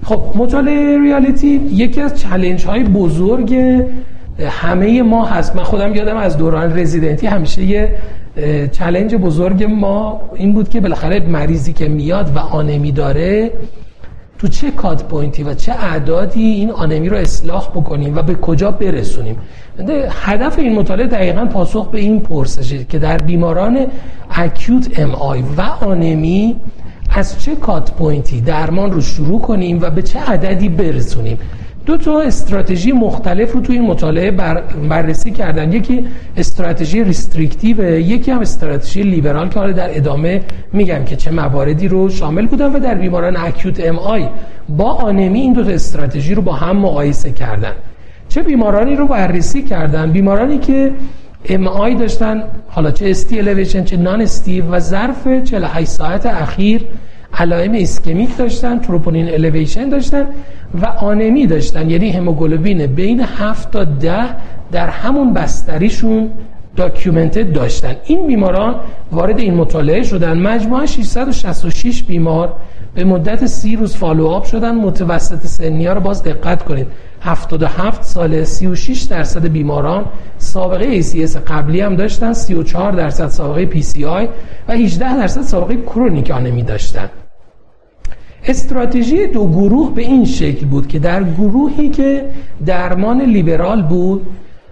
خب مطالعه ریالیتی یکی از چالش های بزرگ همه ما هست. من خودم یادم از دوران رزیدنتی همیشه یه چالش بزرگ ما این بود که بالاخره مریضی که میاد و آنمی داره تو چه کات پوینتی و چه اعدادی این آنمی رو اصلاح بکنیم و به کجا برسونیم. هدف این مطالعه دقیقاً پاسخ به این پرسشه که در بیماران اکیوت ام آی و آنمی از چه کات پوینتی درمان رو شروع کنیم و به چه عددی برسونیم. دو تا استراتژی مختلف رو توی این مطالعه بررسی کردن. یکی استراتژی ریستریکتیو، یکی هم استراتژی لیبرال که حالا در ادامه میگم که چه مواردی رو شامل بودن و در بیماران اکیوت ام آی با آنمی این دو تا استراتژی رو با هم مقایسه کردن. چه بیمارانی رو بررسی کردن؟ بیمارانی که ام آی داشتن، حالا چه استی الیویشن چه نان استی، و ظرف 48 ساعت اخیر علائم ایسکمیک داشتن، تروپونین الیویشن داشتن و آنمی داشتن، یعنی هموگلوبین بین 7 تا 10 در همون بستریشون داکیومنتد داشتن. این بیماران وارد این مطالعه شدن. مجموعاً 666 بیمار به مدت 30 روز فالوآپ شدن. متوسط سنی‌ها رو باز دقت کنید، 77 ساله، 36% بیماران سابقه ACS قبلی هم داشتن، 34% سابقه PCI و 18% سابقه کرونیک آنمی داشتن. استراتژی دو گروه به این شکل بود که در گروهی که درمان لیبرال بود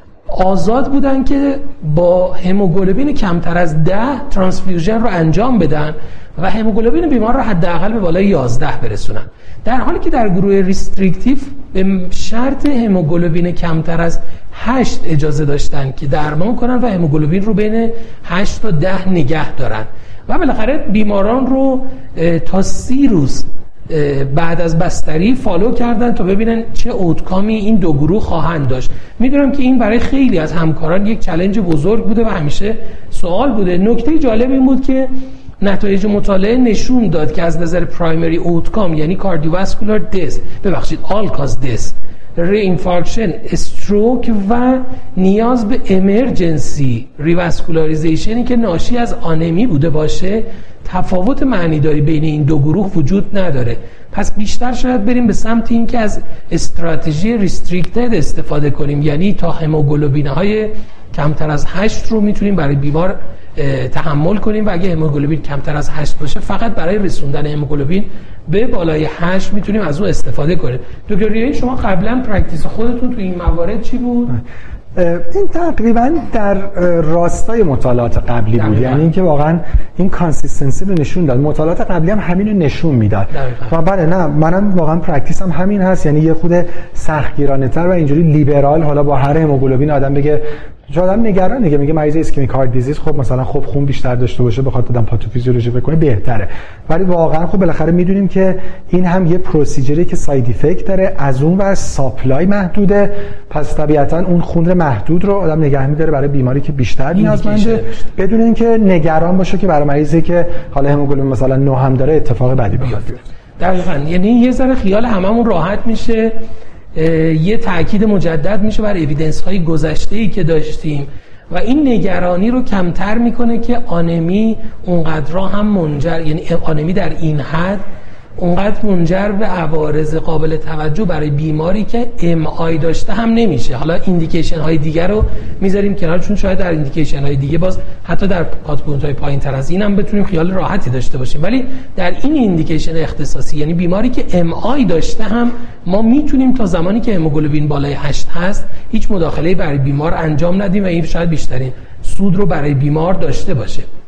آزاد بودن که با هموگلوبین کمتر از 10 ترانسفیوژن رو انجام بدن و هموگلوبین بیمار رو حداقل به بالای 11 برسونن. در حالی که در گروه ریستریکتیو به شرط هموگلوبین کمتر از 8 اجازه داشتن که درمان کنن و هموگلوبین رو بین 8 تا 10 نگه دارن و بالاخره بیماران رو تا 30 روز بعد از بستری فالو کردن تا ببینن چه اوتکامی این دو گروه خواهند داشت. میدونم که این برای خیلی از همکاران یک چالش بزرگ بوده و همیشه سوال بوده. نکته جالب این بود که نتایج مطالعه نشون داد که از نظر پرایمری اوتکام، یعنی کاردیوواسکولار دث، آل کاز دث، ری اینفارکشن، استروک و نیاز به امرجنسی ریواسکولاریزیشنی که ناشی از آنمی بوده باشه، تفاوت معنیداری بین این دو گروه وجود نداره. پس بیشتر شاید بریم به سمت این که از استراتژی ریستریکتد استفاده کنیم، یعنی تا هموگلوبین‌های کمتر از 8 رو میتونیم برای بیمار تحمل کنیم و اگه هموگلوبین کمتر از 8 باشه فقط برای رسوندن هموگلوبین به بالای 8 میتونیم از اون استفاده کنیم. دکتر ریایی، شما قبلا پرکتیس خودتون تو این موارد چی بود؟ این تقریبا در راستای مطالعات قبلی بود، یعنی اینکه واقعا این کانسیستنسی رو نشون داد. مطالعات قبلی هم همین رو نشون میداد و بله، نه منم واقعا پرکتیسم همین هست، یعنی یه خود سختگیرانه تر و اینجوری لیبرال. حالا با هر هموگلوبین آدم بگه، آدم نگرانه، میگه مریض اسکمیک هارت دیزیز، خب مثلا خب خون بیشتر داشته باشه بخواد آدم پاتوفیزیولوژی بکنه بهتره، ولی واقعا خب بالاخره میدونیم که این هم یه پروسیجری که ساید افکت داره، از اون ور ساپلای محدوده، پس طبیعتا اون خون محدود رو آدم نگه می‌داره برای بیماری که بیشتر نیازمنده، بدون اینکه نگران باشه که برای مریضی که حالا هموگلوبین مثلا 9 هم داره اتفاق بدی بخواد بیفته. دقیقاً، یعنی یه ذره خیال هممون راحت میشه، یه تأکید مجدد میشه بر اوییدنس های گذشته‌ای که داشتیم و این نگرانی رو کمتر میکنه که آنمی اونقدر هم منجر، یعنی آنمی در این حد اونقدر منجر به عوارض قابل توجه برای بیماری که ام آی داشته هم نمیشه. حالا ایندیکیشن های دیگر رو میذاریم کنار، چون شاید در ایندیکیشن های دیگه باز حتی در کات پوینت های پایین تر از این هم بتونیم خیال راحتی داشته باشیم، ولی در این ایندیکیشن اختصاصی، یعنی بیماری که ام آی داشته هم ما میتونیم تا زمانی که هموگلوبین بالای 8 هست هیچ مداخله‌ای برای بیمار انجام ندیم و این شاید بیشترین سود رو برای بیمار داشته باشه.